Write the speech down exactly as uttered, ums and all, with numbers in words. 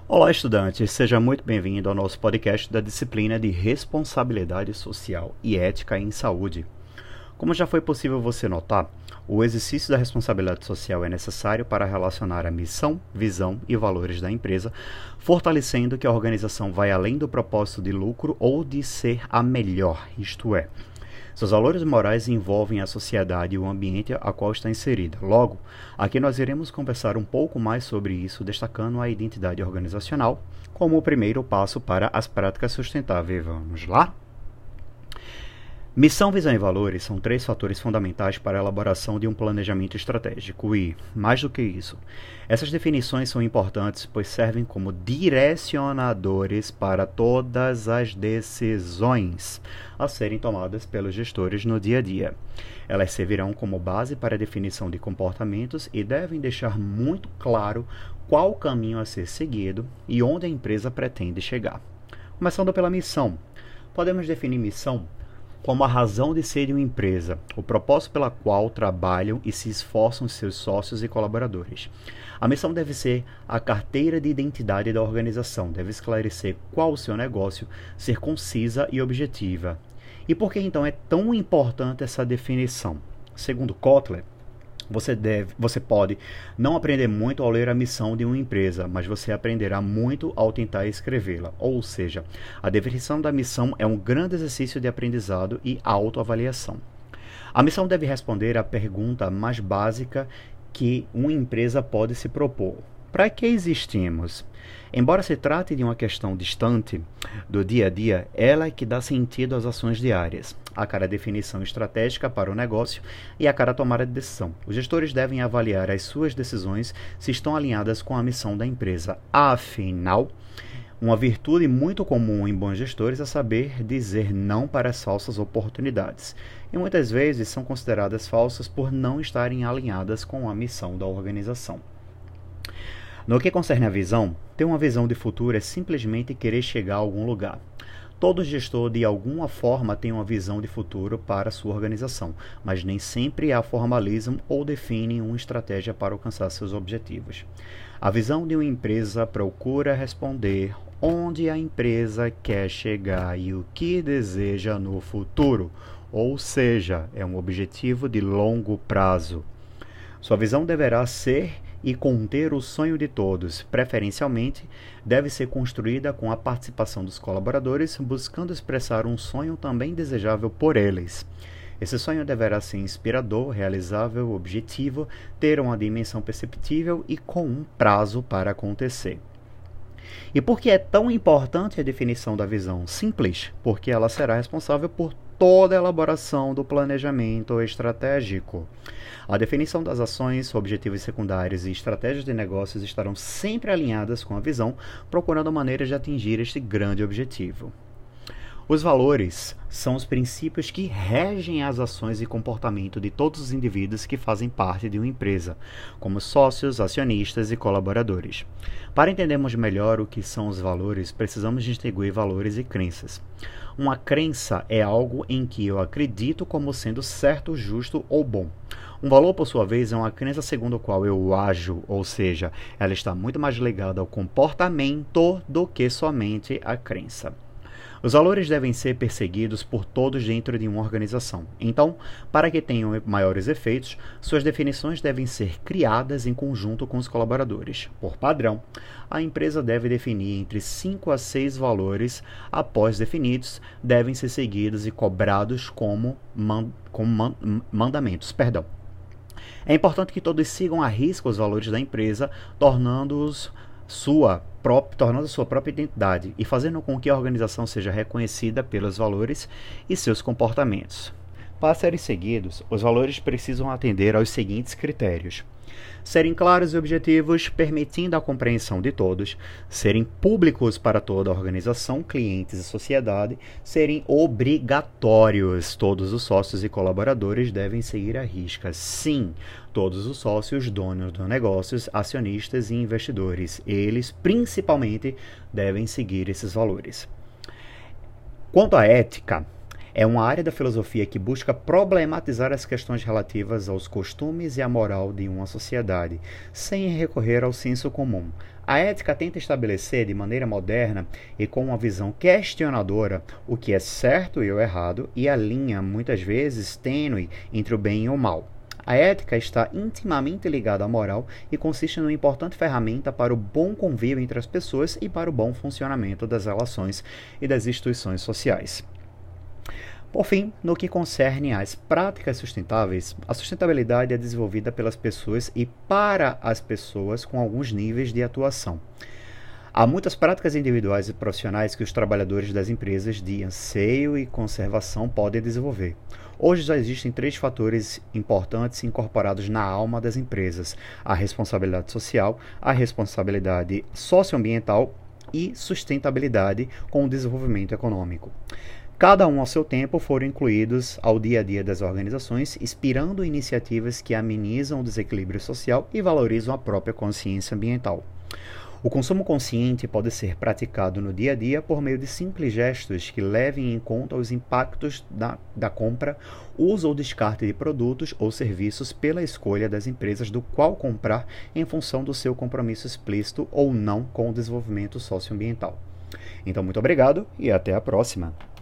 Olá, estudante, seja muito bem-vindo ao nosso podcast da disciplina de Responsabilidade Social e Ética em Saúde. Como já foi possível você notar, o exercício da responsabilidade social é necessário para relacionar a missão, visão e valores da empresa, fortalecendo que a organização vai além do propósito de lucro ou de ser a melhor, isto é, seus valores morais envolvem a sociedade e o ambiente a qual está inserida. Logo, aqui nós iremos conversar um pouco mais sobre isso, destacando a identidade organizacional como o primeiro passo para as práticas sustentáveis. Vamos lá? Missão, visão e valores são três fatores fundamentais para a elaboração de um planejamento estratégico e, mais do que isso, essas definições são importantes pois servem como direcionadores para todas as decisões a serem tomadas pelos gestores no dia a dia. Elas servirão como base para a definição de comportamentos e devem deixar muito claro qual o caminho a ser seguido e onde a empresa pretende chegar. Começando pela missão, podemos definir missão como a razão de ser de uma empresa, o propósito pela qual trabalham e se esforçam seus sócios e colaboradores. A missão deve ser a carteira de identidade da organização, deve esclarecer qual o seu negócio, ser concisa e objetiva. E por que então é tão importante essa definição? Segundo Kotler, Você, deve, você pode não aprender muito ao ler a missão de uma empresa, mas você aprenderá muito ao tentar escrevê-la. Ou seja, a definição da missão é um grande exercício de aprendizado e autoavaliação. A missão deve responder à pergunta mais básica que uma empresa pode se propor: para que existimos? Embora se trate de uma questão distante do dia a dia, ela é que dá sentido às ações diárias, a cada definição estratégica para o negócio e a cada tomada de decisão. Os gestores devem avaliar as suas decisões se estão alinhadas com a missão da empresa. Afinal, uma virtude muito comum em bons gestores é saber dizer não para as falsas oportunidades, e muitas vezes são consideradas falsas por não estarem alinhadas com a missão da organização. No que concerne a visão, ter uma visão de futuro é simplesmente querer chegar a algum lugar. Todo gestor, de alguma forma, tem uma visão de futuro para sua organização, mas nem sempre a formalizam ou definem uma estratégia para alcançar seus objetivos. A visão de uma empresa procura responder onde a empresa quer chegar e o que deseja no futuro, ou seja, é um objetivo de longo prazo. Sua visão deverá ser e conter o sonho de todos. Preferencialmente, deve ser construída com a participação dos colaboradores, buscando expressar um sonho também desejável por eles. Esse sonho deverá ser inspirador, realizável, objetivo, ter uma dimensão perceptível e com um prazo para acontecer. E por que é tão importante a definição da visão? Simples, porque ela será responsável por toda a elaboração do planejamento estratégico. A definição das ações, objetivos secundários e estratégias de negócios estarão sempre alinhadas com a visão, procurando maneiras de atingir este grande objetivo. Os valores são os princípios que regem as ações e comportamento de todos os indivíduos que fazem parte de uma empresa, como sócios, acionistas e colaboradores. Para entendermos melhor o que são os valores, precisamos distinguir valores e crenças. Uma crença é algo em que eu acredito como sendo certo, justo ou bom. Um valor, por sua vez, é uma crença segundo a qual eu ajo, ou seja, ela está muito mais ligada ao comportamento do que somente à crença. Os valores devem ser perseguidos por todos dentro de uma organização. Então, para que tenham maiores efeitos, suas definições devem ser criadas em conjunto com os colaboradores. Por padrão, a empresa deve definir entre cinco a seis valores. Após definidos, devem ser seguidos e cobrados como, man como man mandamentos. Perdão. É importante que todos sigam à risca os valores da empresa, tornando-os sua própria, tornando a sua própria identidade e fazendo com que a organização seja reconhecida pelos valores e seus comportamentos. Para serem seguidos, os valores precisam atender aos seguintes critérios: serem claros e objetivos, permitindo a compreensão de todos; serem públicos para toda a organização, clientes e sociedade; serem obrigatórios. Todos os sócios e colaboradores devem seguir à risca. Sim, todos os sócios, donos dos negócios, acionistas e investidores, eles principalmente devem seguir esses valores. Quanto à ética, É uma área da filosofia que busca problematizar as questões relativas aos costumes e à moral de uma sociedade, sem recorrer ao senso comum. A ética tenta estabelecer de maneira moderna e com uma visão questionadora o que é certo e o errado e a linha, muitas vezes tênue, entre o bem e o mal. A ética está intimamente ligada à moral e consiste numa importante ferramenta para o bom convívio entre as pessoas e para o bom funcionamento das relações e das instituições sociais. Por fim, no que concerne às práticas sustentáveis, a sustentabilidade é desenvolvida pelas pessoas e para as pessoas com alguns níveis de atuação. Há muitas práticas individuais e profissionais que os trabalhadores das empresas de anseio e conservação podem desenvolver. Hoje já existem três fatores importantes incorporados na alma das empresas: a responsabilidade social, a responsabilidade socioambiental e sustentabilidade com o desenvolvimento econômico. Cada um ao seu tempo foram incluídos ao dia a dia das organizações, inspirando iniciativas que amenizam o desequilíbrio social e valorizam a própria consciência ambiental. O consumo consciente pode ser praticado no dia a dia por meio de simples gestos que levem em conta os impactos da, da compra, uso ou descarte de produtos ou serviços pela escolha das empresas do qual comprar em função do seu compromisso explícito ou não com o desenvolvimento socioambiental. Então, muito obrigado e até a próxima!